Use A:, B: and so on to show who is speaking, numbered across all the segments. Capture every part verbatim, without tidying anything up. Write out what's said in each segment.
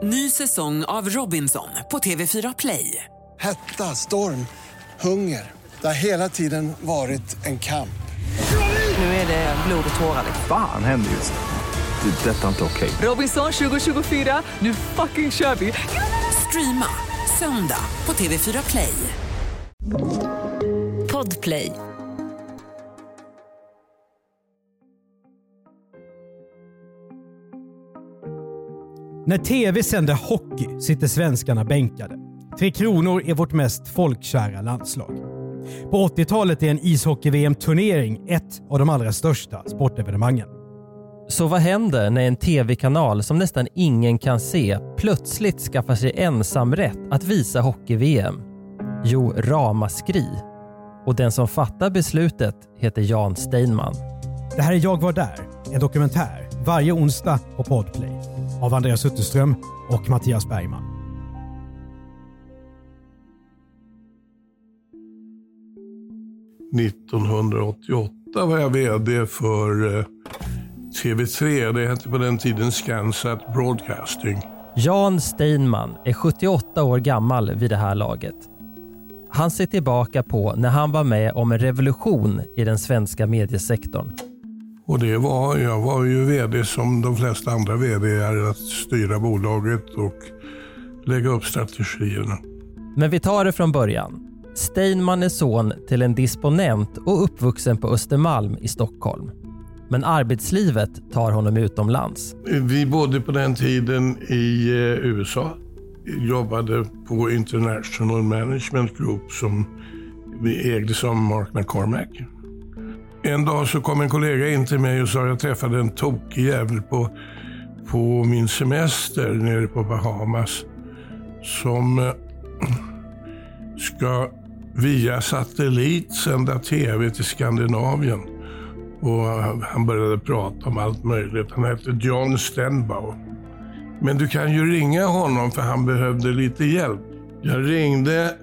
A: Ny säsong av Robinson på T V fyra Play.
B: Hetta, storm, hunger. Det har hela tiden varit en kamp.
A: Nu är det blod och tårar.
C: Fan händer just det. Det är detta inte okej.
A: Robinson tjugo tjugofyra, nu fucking kör vi. Streama söndag på T V fyra Play. Podplay.
D: När tv sänder hockey sitter svenskarna bänkade. Tre Kronor är vårt mest folkkära landslag. På åttiotalet är en ishockey-V M-turnering ett av de allra största sportevenemangen.
E: Så vad händer när en tv-kanal som nästan ingen kan se plötsligt skaffar sig ensam rätt att visa hockey-V M? Jo, ramaskri. Och den som fattar beslutet heter Jan Steinman.
D: Det här är Jag var där, en dokumentär varje onsdag på Podplay av Andreas Utterström och Mattias Bergman.
F: nittonhundraåttioåtta var jag vd för eh, T V tre. Det hette på den tiden Scansat Broadcasting.
E: Jan Steinman är sjuttioåtta år gammal vid det här laget. Han ser tillbaka på när han var med om en revolution i den svenska mediesektorn.
F: Och det var, jag var ju vd som de flesta andra vd-are att styra bolaget och lägga upp strategierna.
E: Men vi tar det från början. Steinman är son till en disponent och uppvuxen på Östermalm i Stockholm. Men arbetslivet tar honom utomlands.
F: Vi bodde på den tiden i U S A. Jobbade på International Management Group som vi ägde som Mark McCormack. En dag så kom en kollega in till mig och sa att jag träffade en tokig jävel på, på min semester nere på Bahamas som ska via satellit sända tv till Skandinavien. Och han började prata om allt möjligt. Han hette John Stenbow. Men du kan ju ringa honom för han behövde lite hjälp. Jag ringde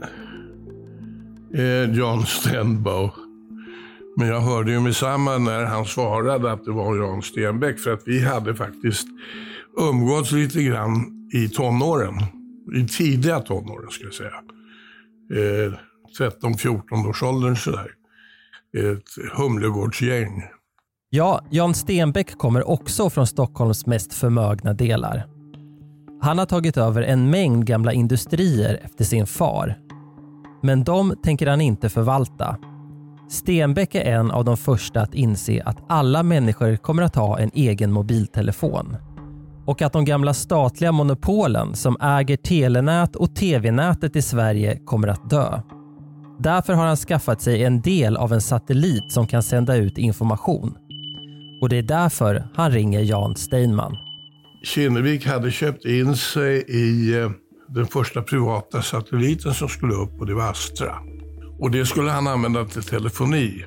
F: eh, John Stenbow. Men jag hörde ju med samma när han svarade att det var Jan Stenbeck. För att vi hade faktiskt umgåtts lite grann i tonåren. I tidiga tonåren ska jag säga. Eh, tretton fjorton års åldern sådär. Ett Humlegårdsgäng.
E: Ja, Jan Stenbeck kommer också från Stockholms mest förmögna delar. Han har tagit över en mängd gamla industrier efter sin far. Men de tänker han inte förvalta. Stenbeck är en av de första att inse att alla människor kommer att ha en egen mobiltelefon. Och att de gamla statliga monopolen som äger telenät och tv-nätet i Sverige kommer att dö. Därför har han skaffat sig en del av en satellit som kan sända ut information. Och det är därför han ringer Jan Steinman.
F: Kinnevik hade köpt in sig i den första privata satelliten som skulle upp och det var Astra. Och det skulle han använda till telefoni.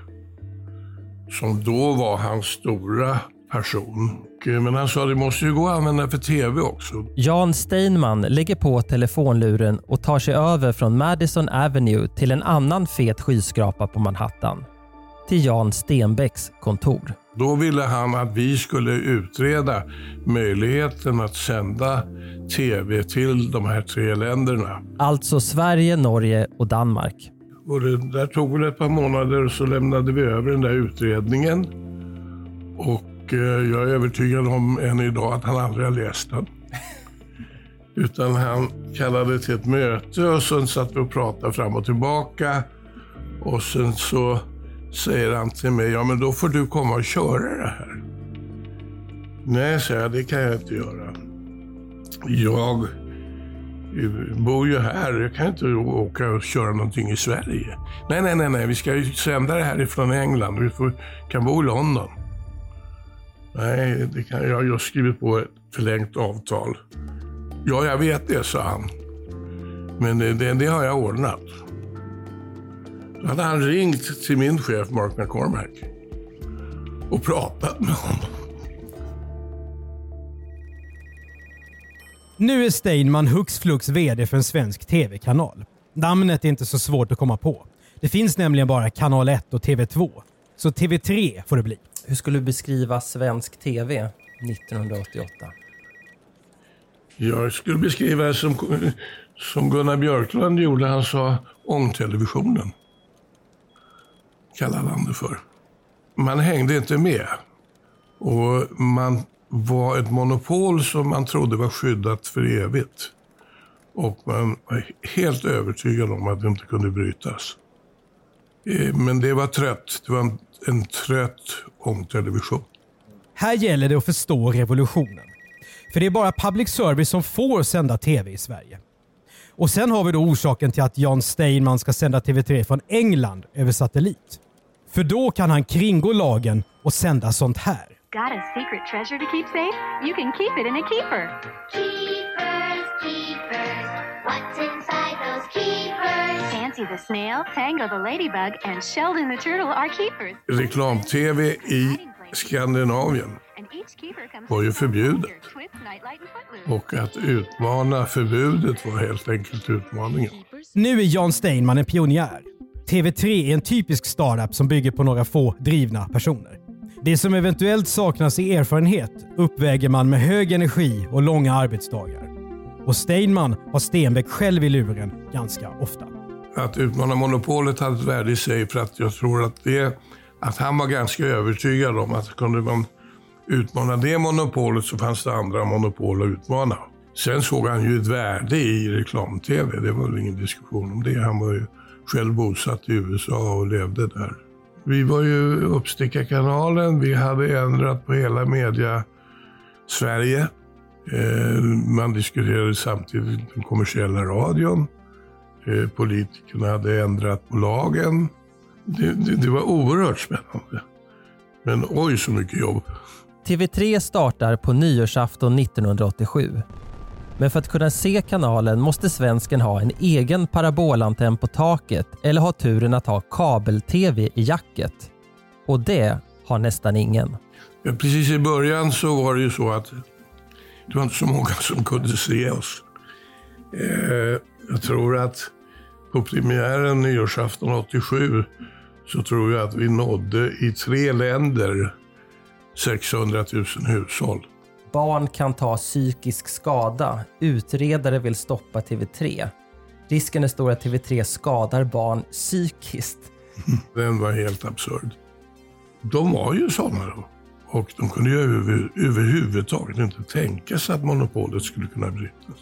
F: Som då var hans stora passion. Men han sa att det måste ju gå att använda för tv också.
E: Jan Steinman lägger på telefonluren och tar sig över från Madison Avenue till en annan fet skyskrapa på Manhattan. Till Jan Stenbecks kontor.
F: Då ville han att vi skulle utreda möjligheten att sända tv till de här tre länderna.
E: Alltså Sverige, Norge och Danmark.
F: Och det där tog det ett par månader och så lämnade vi över den där utredningen. Och jag är övertygad om än idag att han aldrig har läst den. Utan han kallade till ett möte och sen satt vi och pratade fram och tillbaka. Och sen så säger han till mig, ja men då får du komma och köra det här. Nej, säger jag, det kan jag inte göra. Jag bor ju här, jag kan inte åka och köra någonting i Sverige. Nej, nej, nej, nej, vi ska ju sända det här ifrån England, vi får, kan bo i London. Nej, det kan, jag har just skrivit på ett förlängt avtal. Ja, jag vet det, sa han. Men det, det, det har jag ordnat. Då hade han ringt till min chef Mark McCormack och pratat med honom.
D: Nu är Steinman hux flux vd för en svensk tv-kanal. Namnet är inte så svårt att komma på. Det finns nämligen bara kanal ett och T V två. Så T V tre får det bli.
E: Hur skulle du beskriva svensk tv nittonhundraåttioåtta?
F: Jag skulle beskriva det som, som Gunnar Björklund gjorde. Han sa ångtelevisionen. Kallade han det för. Man hängde inte med. Och man var ett monopol som man trodde var skyddat för evigt. Och man var helt övertygad om att det inte kunde brytas. Men det var trött. Det var en, en trött ångtelevision.
D: Här gäller det att förstå revolutionen. För det är bara public service som får sända tv i Sverige. Och sen har vi då orsaken till att Jan Steinman ska sända T V tre från England över satellit. För då kan han kringgå lagen och sända sånt här.
G: Got a secret treasure to keep safe? You can keep it in a keeper.
H: Keepers, keepers, what's inside those keepers?
G: Fancy the snail, Tango the ladybug, and Sheldon the turtle are keepers.
F: Reklam-tv i Skandinavien var ju förbjudet. Och att utmana förbudet var helt enkelt utmaningen.
D: Nu är Jan Steinman en pionjär. T V tre är en typisk startup som bygger på några få drivna personer. Det som eventuellt saknas i erfarenhet uppväger man med hög energi och långa arbetsdagar. Och Steinman har Stenbeck själv i luren ganska ofta.
F: Att utmana monopolet hade ett värde i sig, för att jag tror att, det, att han var ganska övertygad om att kunde man utmana det monopolet så fanns det andra monopol att utmana. Sen såg han ju ett värde i reklam-tv, det var väl ingen diskussion om det. Han var ju själv bosatt i U S A och levde där. Vi var ju uppstickarkanalen, vi hade ändrat på hela media Sverige. Eh, man diskuterade samtidigt den kommersiella radion. Eh, politikerna hade ändrat på lagen. Det, det, det var oerhört spännande. Men oj så mycket jobb.
E: T V tre startar på nyårsafton nittonhundraåttiosju. Men för att kunna se kanalen måste svensken ha en egen parabolantenn på taket eller ha turen att ha kabel-tv i jacket. Och det har nästan ingen.
F: Ja, precis i början så var det ju så att det var inte så många som kunde se oss. Eh, jag tror att på premiären nyårsafton åttiosju så tror jag att vi nådde i tre länder sexhundratusen hushåll.
E: Barn kan ta psykisk skada. Utredare vill stoppa T V tre. Risken är stor att T V tre skadar barn psykiskt.
F: Den var helt absurd. De var ju sådana då. Och de kunde ju över, överhuvudtaget inte tänka sig att monopolet skulle kunna brytas.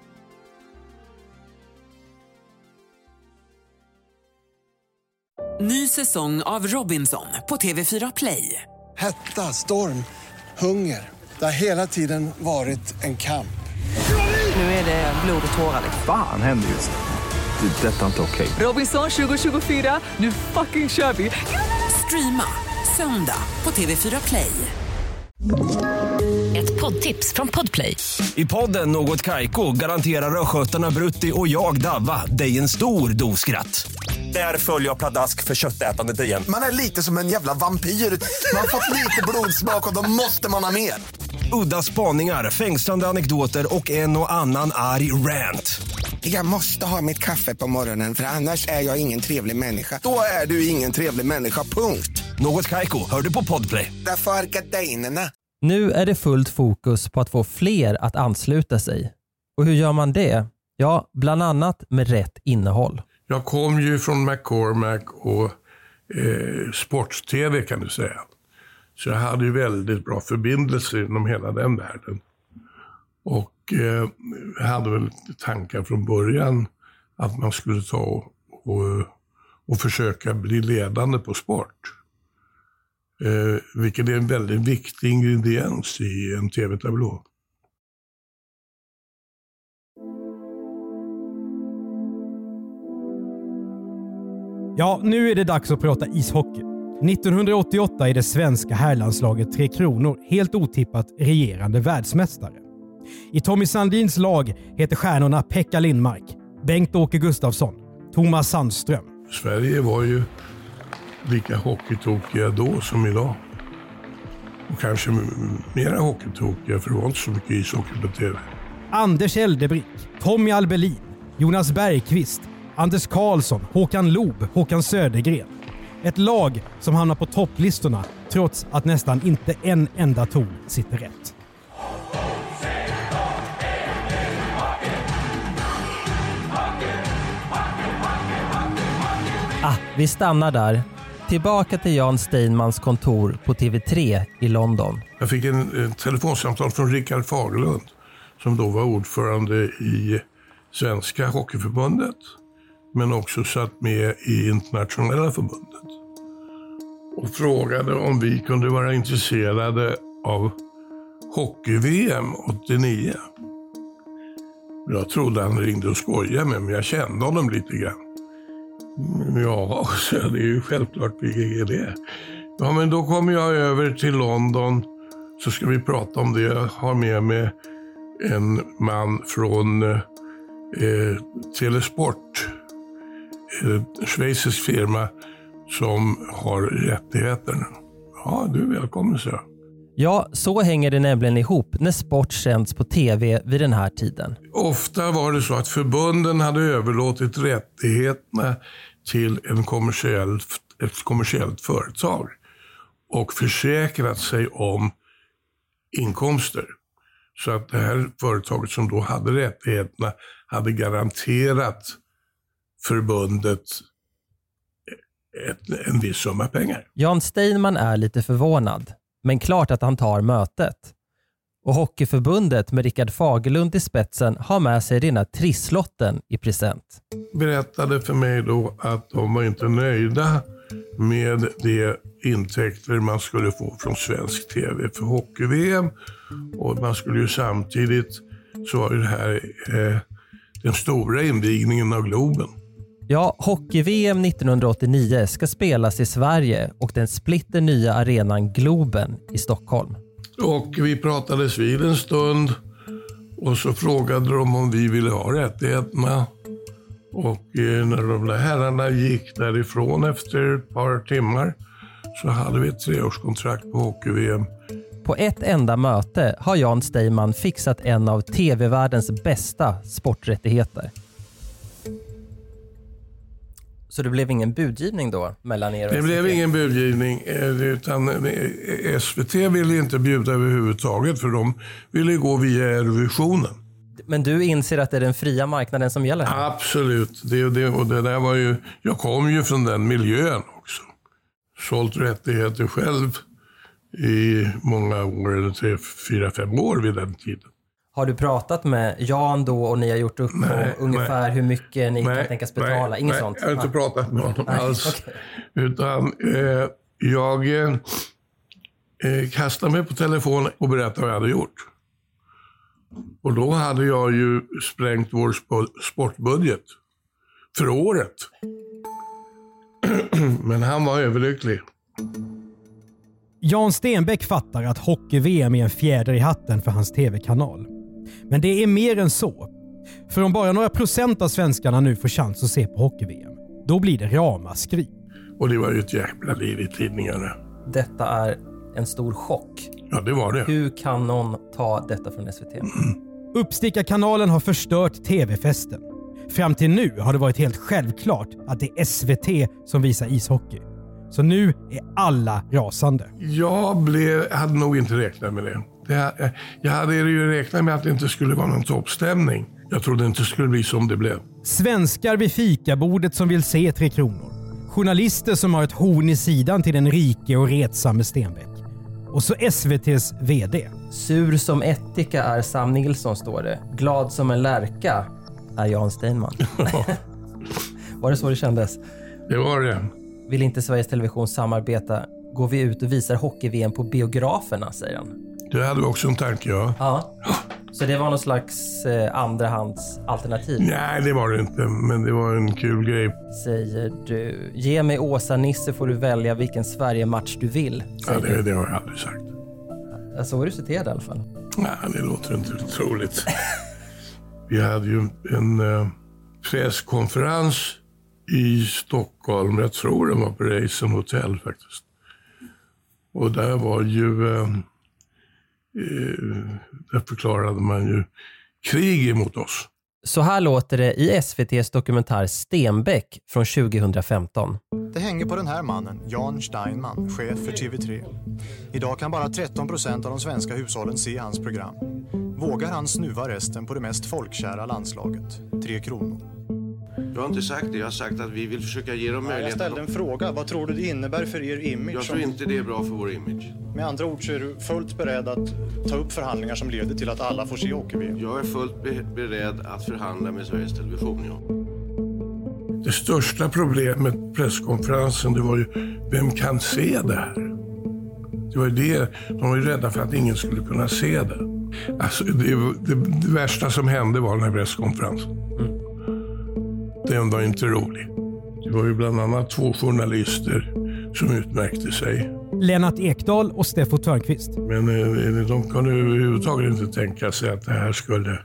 A: Ny säsong av Robinson på T V fyra Play.
B: Hetta, storm, hunger. Det har hela tiden varit en kamp.
A: Nu är det blod och tårar.
C: Fan händer just det. Det är detta inte okej.
A: Robinson tjugo tjugofyra, nu fucking kör vi. Streama söndag på T V fyra Play.
I: Ett poddtips från Podplay.
J: I podden Något Kaiko garanterar röskötarna Brutti och jag Davva dig en stor doskratt. Där följer jag pladask för köttätandet igen.
K: Man är lite som en jävla vampyr. Man har fått lite blodsmak och då måste man ha mer.
J: Udda spaningar, fängslande anekdoter och en och annan arg rant.
K: Jag måste ha mitt kaffe på morgonen för annars är jag ingen trevlig människa. Då är du ingen trevlig människa, punkt.
J: Något Kaiko, hör du på Podplay.
K: Därför är gardinerna.
E: Nu är det fullt fokus på att få fler att ansluta sig. Och hur gör man det? Ja, bland annat med rätt innehåll.
F: Jag kom ju från McCormack och eh, sports-tv kan du säga. Så jag hade ju väldigt bra förbindelser inom hela den världen. Och eh, jag hade väl tankar från början att man skulle ta och, och, och försöka bli ledande på sport. Eh, vilket är en väldigt viktig ingrediens i en tv-tablå.
D: Ja, nu är det dags att prata ishockey. nittonhundraåttioåtta är det svenska herrlandslaget Tre Kronor helt otippat regerande världsmästare. I Tommy Sandins lag heter stjärnorna Pekka Lindmark, Bengt-Åke Gustafsson, Thomas Sandström.
F: Sverige var ju lika hockeytokiga då som idag. Och kanske mera hockeytokiga, för det var inte så mycket ishockey på tv.
D: Anders Eldebrink, Tommy Albelin, Jonas Bergqvist, Anders Karlsson, Håkan Loob, Håkan Södergren. Ett lag som hamnar på topplistorna trots att nästan inte en enda ton sitter rätt.
E: Ah, vi stannar där. Tillbaka till Jan Steinmans kontor på T V tre i London.
F: Jag fick en, en telefonsamtal från Rickard Fagerlund som då var ordförande i Svenska Hockeyförbundet men också satt med i Internationella förbundet och frågade om vi kunde vara intresserade av hockey-V M åttionio. Jag trodde han ringde och skojade med mig, men jag kände honom lite grann. Ja, så det är ju självklart vilket är det. Ja, men då kommer jag över till London så ska vi prata om det. Jag har med mig en man från eh, Telesport, en schweizisk firma som har rättigheterna. Ja, du är välkommen, så.
E: Ja, så hänger det nämligen ihop när sport sänds på tv vid den här tiden.
F: Ofta var det så att förbunden hade överlåtit rättigheterna till en kommersiell, ett kommersiellt företag och försäkrat sig om inkomster. Så att det här företaget som då hade rättigheterna hade garanterat förbundet ett, en viss summa pengar.
E: Jan Steinman är lite förvånad, men klart att han tar mötet. Och Hockeyförbundet med Rickard Fagerlund i spetsen har med sig rena trisslotten i present.
F: Berättade för mig då att de var inte nöjda med de intäkter man skulle få från svensk tv för hockey-V M. Och man skulle ju samtidigt, så var ju det här eh, den stora invigningen av Globen.
E: Ja, hockey-V M nittonhundraåttionio ska spelas i Sverige och den splitter nya arenan Globen i Stockholm.
F: Och vi pratades vid en stund och så frågade de om vi ville ha rättigheterna. Och eh, när de där herrarna gick därifrån efter ett par timmar så hade vi ett treårskontrakt på hockey-V M.
E: På ett enda möte har Jan Steinman fixat en av tv-världens bästa sporträttigheter. Så det blev ingen budgivning då mellan er och
F: Det
E: S V T?
F: blev ingen budgivning, utan S V T ville inte bjuda överhuvudtaget för de ville gå via Eurovisionen.
E: Men du inser att det är den fria marknaden som gäller här?
F: Absolut, det, det, och det där var ju, jag kom ju från den miljön också. Sålt rättigheter själv i många år, tre, fyra, fem år vid den tiden.
E: Har du pratat med Jan då och ni har gjort upp nej, om ungefär nej, hur mycket ni nej, kan tänkas betala?
F: Nej,
E: Inget
F: nej,
E: sånt?
F: Jag har inte nej. pratat med honom nej, alls. Okay. Utan eh, jag eh, kastade mig på telefonen och berättade vad jag hade gjort. Och då hade jag ju sprängt vår sp- sportbudget för året. Men han var överlycklig.
D: Jan Stenbeck fattar att hockey-V M är en fjäder i hatten för hans tv-kanal. Men det är mer än så. För om bara några procent av svenskarna nu får chans att se på hockey-V M, då blir det ramaskri.
F: Och det var ju ett jävla liv i tidningarna.
E: Detta är en stor chock.
F: Ja, det var det.
E: Hur kan någon ta detta från S V T?
F: Mm.
D: Uppstickarkanalen har förstört tv-festen. Fram till nu har det varit helt självklart att det är S V T som visar ishockey. Så nu är alla rasande.
F: Jag blev, hade nog inte räknat med det. det. Jag hade ju räknat med att det inte skulle vara någon toppstämning. Jag trodde inte det skulle bli som det blev.
D: Svenskar vid fikabordet som vill se Tre Kronor. Journalister som har ett horn i sidan till den rike och retsamme Stenbeck. Och så S V T:s vd.
E: Sur som ättika är Sam Nilsson, står det. Glad som en lärka är Jan Steinman. Var det så det kändes?
F: Det var det.
E: Vill inte Sveriges Television samarbeta, går vi ut och visar hockey-V M på biograferna, säger han.
F: Det hade vi också en tanke, ja.
E: Ja. Så det var någon slags eh, andrahands alternativ?
F: Nej, det var det inte, men det var en kul grej.
E: Säger du. Ge mig Åsa-Nisse får du välja vilken Sverige-match du vill.
F: Ja, det, det har jag aldrig sagt.
E: Ja, så var du citerad i alla fall.
F: Nej, det låter inte troligt. Vi hade ju en eh, presskonferens i Stockholm, jag tror det var på Reisen Hotel faktiskt. Och där var ju, eh, eh, där förklarade man ju krig emot oss.
E: Så här låter det i S V T:s dokumentär Stenbeck från tjugohundrafemton.
L: Det hänger på den här mannen, Jan Steinman, chef för T V tre. Idag kan bara tretton procent av de svenska hushållen se hans program. Vågar han snuva resten på det mest folkkära landslaget, Tre Kronor?
M: Jag har inte sagt det. Jag har sagt att vi vill försöka ge dem möjlighet.
L: Jag ställde en fråga. Vad tror du det innebär för er image?
M: Jag tror inte det är bra för vår image.
L: Med andra ord så är du fullt beredd att ta upp förhandlingar som leder till att alla får se hockey-V M?
M: Jag är fullt be- beredd att förhandla med Sveriges Television, ja.
F: Det största problemet med presskonferensen, det var ju, vem kan se det här? Det var ju det, de var ju rädda för att ingen skulle kunna se det. Alltså det, det, det värsta som hände var den här presskonferensen. Mm. Den var inte rolig. Det var ju bland annat två journalister som utmärkte sig.
D: Lennart Ekdal och Steffo Törnqvist.
F: Men eh, de kunde överhuvudtaget inte tänka sig att det här skulle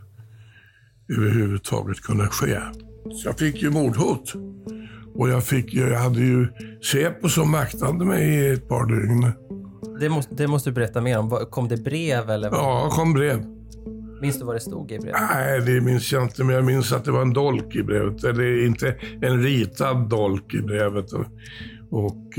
F: överhuvudtaget kunna ske. Så jag fick ju mordhot. Och jag, fick, jag hade ju Säpo som vaktade mig i ett par dygn.
E: Det måste, det måste du berätta mer om. Kom det brev eller?
F: Ja, det kom brev.
E: Minns du vad det stod i brevet?
F: Nej, det minns jag inte. Men jag minns att det var en dolk i brevet. Eller inte en ritad dolk i brevet. Och, och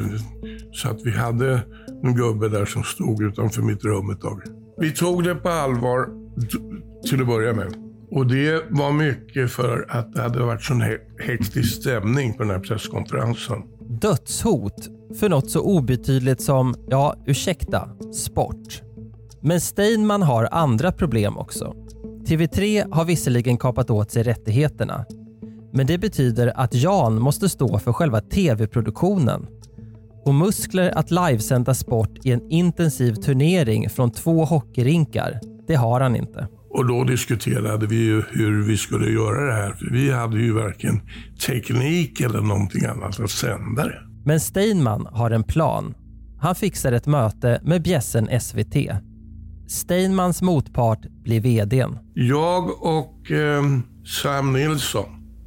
F: så att vi hade en gubbe där som stod utanför mitt rum ett tag. Vi tog det på allvar till att börja med. Och det var mycket för att det hade varit sån hektisk stämning på den här presskonferensen.
E: Dödshot för något så obetydligt som, ja, ursäkta, sport. Men Steinman har andra problem också. T V tre har visserligen kapat åt sig rättigheterna. Men det betyder att Jan måste stå för själva tv-produktionen. Och muskler att livesända sport i en intensiv turnering från två hockeyrinkar, det har han inte.
F: Och då diskuterade vi ju hur vi skulle göra det här. För vi hade ju varken teknik eller någonting annat att sända det.
E: Men Steinman har en plan. Han fixar ett möte med bjässen S V T. Steinmans motpart blir vdn.
F: Jag och eh, Sam Nilsson,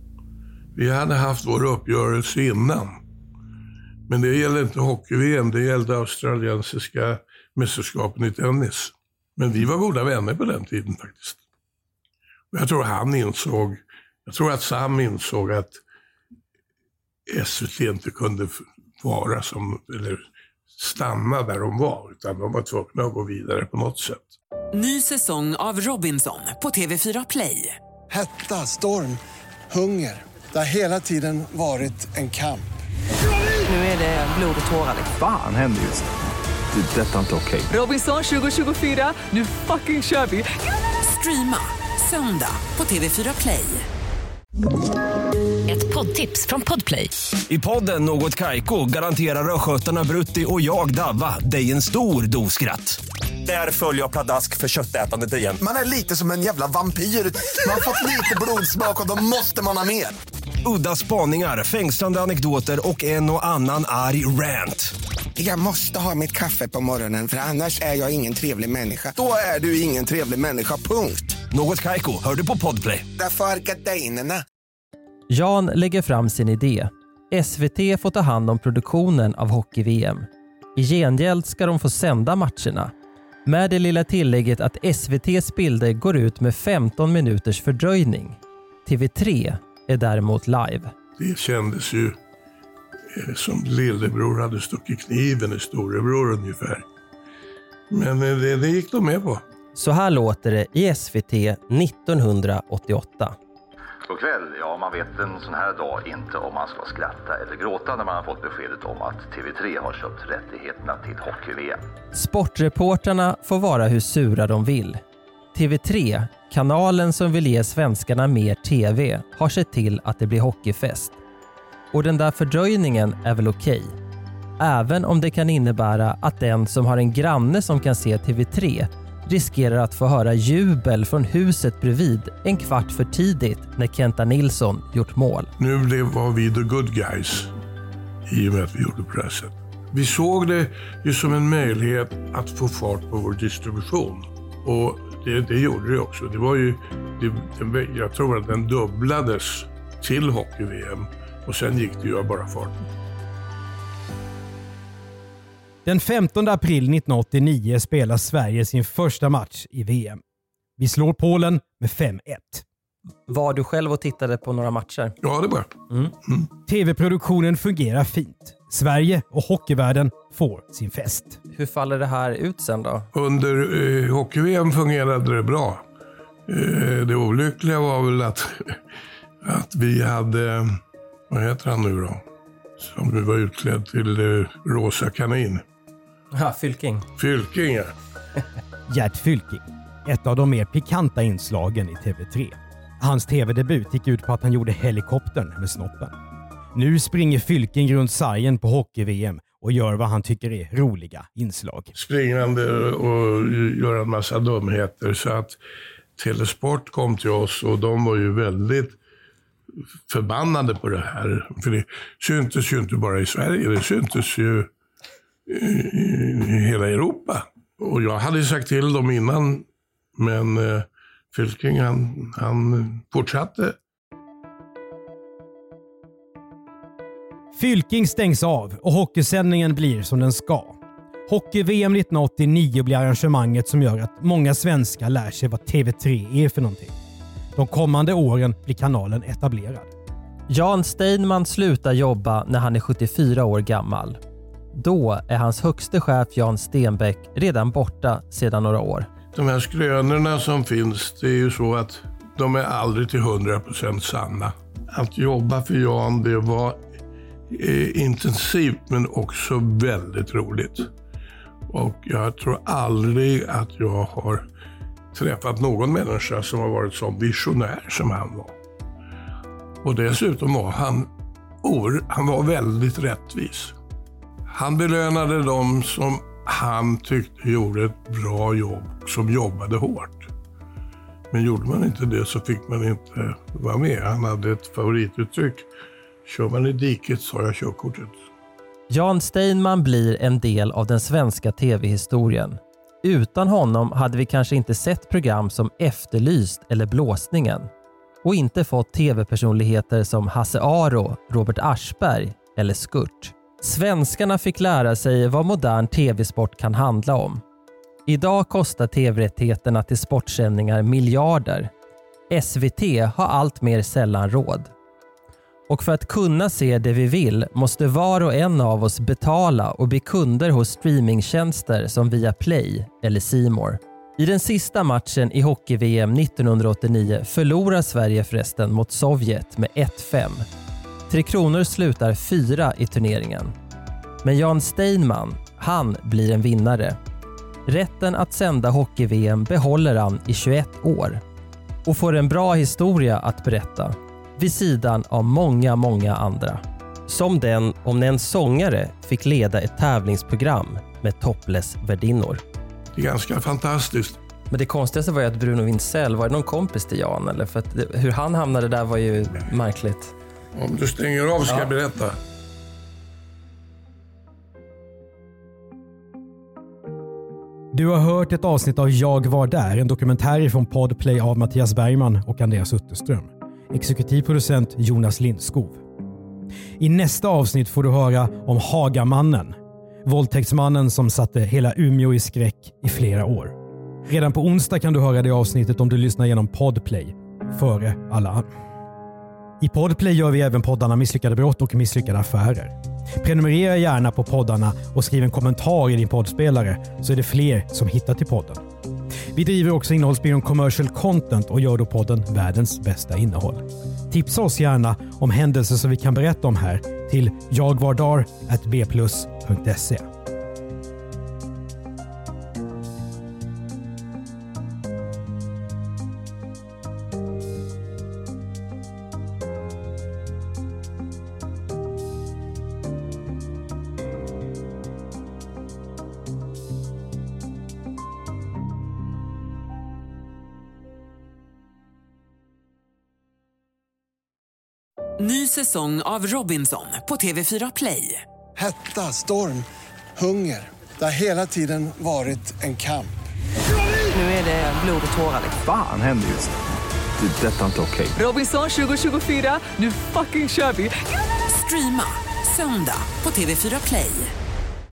F: vi hade haft vår uppgörelse innan. Men det gällde inte hockey-V M, det gällde australiensiska mästerskapen i tennis. Men vi var goda vänner på den tiden faktiskt. Och jag tror han insåg, jag tror att Sam insåg att S V T inte kunde vara som, eller stanna där de var, utan de var tvungna att gå vidare på något sätt.
A: Ny säsong av Robinson på T V fyra Play.
B: Hetta, storm, hunger. Det har hela tiden varit en kamp.
A: Nu är det blod och tårar.
C: Fan händer just det. Det är detta inte okej.
A: Robinson tjugo tjugofyra, nu fucking kör vi. Streama söndag på T V fyra Play.
I: Ett poddtips från Podplay.
J: I podden Något Kaiko garanterar röskötarna Brutti och jag Davva dig en stor doskratt. Där följer jag pladask för köttätandet igen.
K: Man är lite som en jävla vampyr. Man har fått lite blodsmak och då måste man ha mer.
J: Udda spaningar, fängslande anekdoter och en och annan arg rant.
K: Jag måste ha mitt kaffe på morgonen för annars är jag ingen trevlig människa. Då är du ingen trevlig människa, punkt.
J: Något Kaiko, hör du på Podplay.
K: Därför är gardinerna.
E: Jan lägger fram sin idé. S V T får ta hand om produktionen av hockey-V M. I gengäld ska de få sända matcherna. Med det lilla tillägget att S V T:s bilder går ut med femton minuters fördröjning. T V tre är däremot live.
F: Det kändes ju eh, som lillebror hade stuckit kniven i storebror ungefär. Men eh, det, det gick de med på.
E: Så här låter det i S V T nittonhundraåttioåtta.
N: God kväll. Ja, man vet en sån här dag inte om man ska skratta eller gråta när man har fått beskedet om att T V tre har köpt rättigheterna till hockey-V M.
E: Sportreportrarna får vara hur sura de vill. T V tre, kanalen som vill ge svenskarna mer tv, har sett till att det blir hockeyfest. Och den där fördröjningen är väl okej. Även om det kan innebära att den som har en granne som kan se T V tre riskerar att få höra jubel från huset bredvid en kvart för tidigt när Kenta Nilsson gjort mål.
F: Nu blev, var vi the good guys i och med att vi gjorde på det här sättet. Vi såg det ju som en möjlighet att få fart på vår distribution. Och det, det gjorde det också. Det var ju, det, det, jag tror att den dubblades till hockey-V M och sen gick det ju bara fart.
D: Den femtonde april nittonhundraåttionio spelar Sverige sin första match i V M. Vi slår Polen med fem ett.
E: Var du själv och tittade på några matcher?
F: Ja, det var.
E: Mm.
F: Mm.
D: Tv-produktionen fungerar fint. Sverige och hockeyvärlden får sin fest.
E: Hur faller det här ut sen då?
F: Under eh, hockey-V M fungerade det bra. Eh, det olyckliga var väl att, att vi hade, vad heter han nu då? Som nu var utklädd till eh, Rosa kanin.
E: Ja, Fylking.
F: Fylking, ja.
D: Gert Fylking, ett av de mer pikanta inslagen i T V tre. Hans tv-debut gick ut på att han gjorde helikoptern med snoppen. Nu springer Fylking runt sargen på hockey-V M och gör vad han tycker är roliga inslag.
F: Springande och gör en massa dumheter, så att Telesport kom till oss och de var ju väldigt förbannade på det här. För det syntes ju inte bara i Sverige, det syntes ju i, i hela Europa. Och jag hade sagt till dem innan, men eh, Fylking han, han fortsatte.
D: Fylking stängs av och hockeysändningen blir som den ska. Hockey-V M nittonhundraåttionio blir arrangemanget som gör att många svenskar lär sig vad T V tre är för någonting. De kommande åren blir kanalen etablerad.
E: Jan Steinman slutar jobba när han är sjuttiofyra år gammal. Då är hans högste chef Jan Stenbeck redan borta sedan några år.
F: De här skrönorna som finns, det är ju så att de är aldrig till hundra procent sanna. Att jobba för Jan, det var eh, intensivt men också väldigt roligt. Och jag tror aldrig att jag har träffat någon människa som har varit så visionär som han var. Och dessutom var han, or, han var väldigt rättvis. Han belönade dem som han tyckte gjorde ett bra jobb, som jobbade hårt. Men gjorde man inte det så fick man inte vara med. Han hade ett favorituttryck. Kör man i diket så har jag körkortet.
E: Jan Steinman blir en del av den svenska tv-historien. Utan honom hade vi kanske inte sett program som Efterlyst eller Blåsningen. Och inte fått tv-personligheter som Hasse Aro, Robert Aschberg eller Skurt. Svenskarna fick lära sig vad modern tv-sport kan handla om. Idag kostar tv-rättigheterna till sportsändningar miljarder. S V T har allt mer sällan råd. Och för att kunna se det vi vill måste var och en av oss betala och bli kunder hos streamingtjänster som Viaplay eller C More. I den sista matchen i hockey-V M nittonhundraåttionio förlorar Sverige förresten mot Sovjet med ett fem. Tre Kronor slutar fyra i turneringen. Men Jan Steinman, han blir en vinnare. Rätten att sända hockey-V M behåller han i tjugoett år. Och får en bra historia att berätta. Vid sidan av många, många andra. Som den om när en sångare fick leda ett tävlingsprogram med topless-värdinnor.
F: Det är ganska fantastiskt.
E: Men det konstigaste var ju att Bruno Wintzell var någon kompis till Jan. Eller? För att det, hur han hamnade där var ju märkligt.
F: Om du stänger av ska ja. jag berätta.
D: Du har hört ett avsnitt av Jag var där, en dokumentär från Podplay av Mattias Bergman och Andreas Utterström. Exekutiv producent Jonas Lindskov. I nästa avsnitt får du höra om Hagamannen. Våldtäktsmannen som satte hela Umeå i skräck i flera år. Redan på onsdag kan du höra det avsnittet om du lyssnar genom Podplay. Före alla andra. I Podplay gör vi även poddarna Misslyckade brott och Misslyckade affärer. Prenumerera gärna på poddarna och skriv en kommentar i din poddspelare så är det fler som hittar till podden. Vi driver också innehållsbyrån Commercial Content och gör då podden världens bästa innehåll. Tipsa oss gärna om händelser som vi kan berätta om här till jagvardar at b plus punkt se.
A: Ny säsong av Robinson på T V fyra Play.
B: Hetta, storm, hunger. Det har hela tiden varit en kamp.
A: Nu är det blod och tårar.
C: Fan händer just det. Det är detta inte okej.
A: Robinson tjugo tjugofyra, nu fucking kör vi. Streama söndag på T V fyra Play.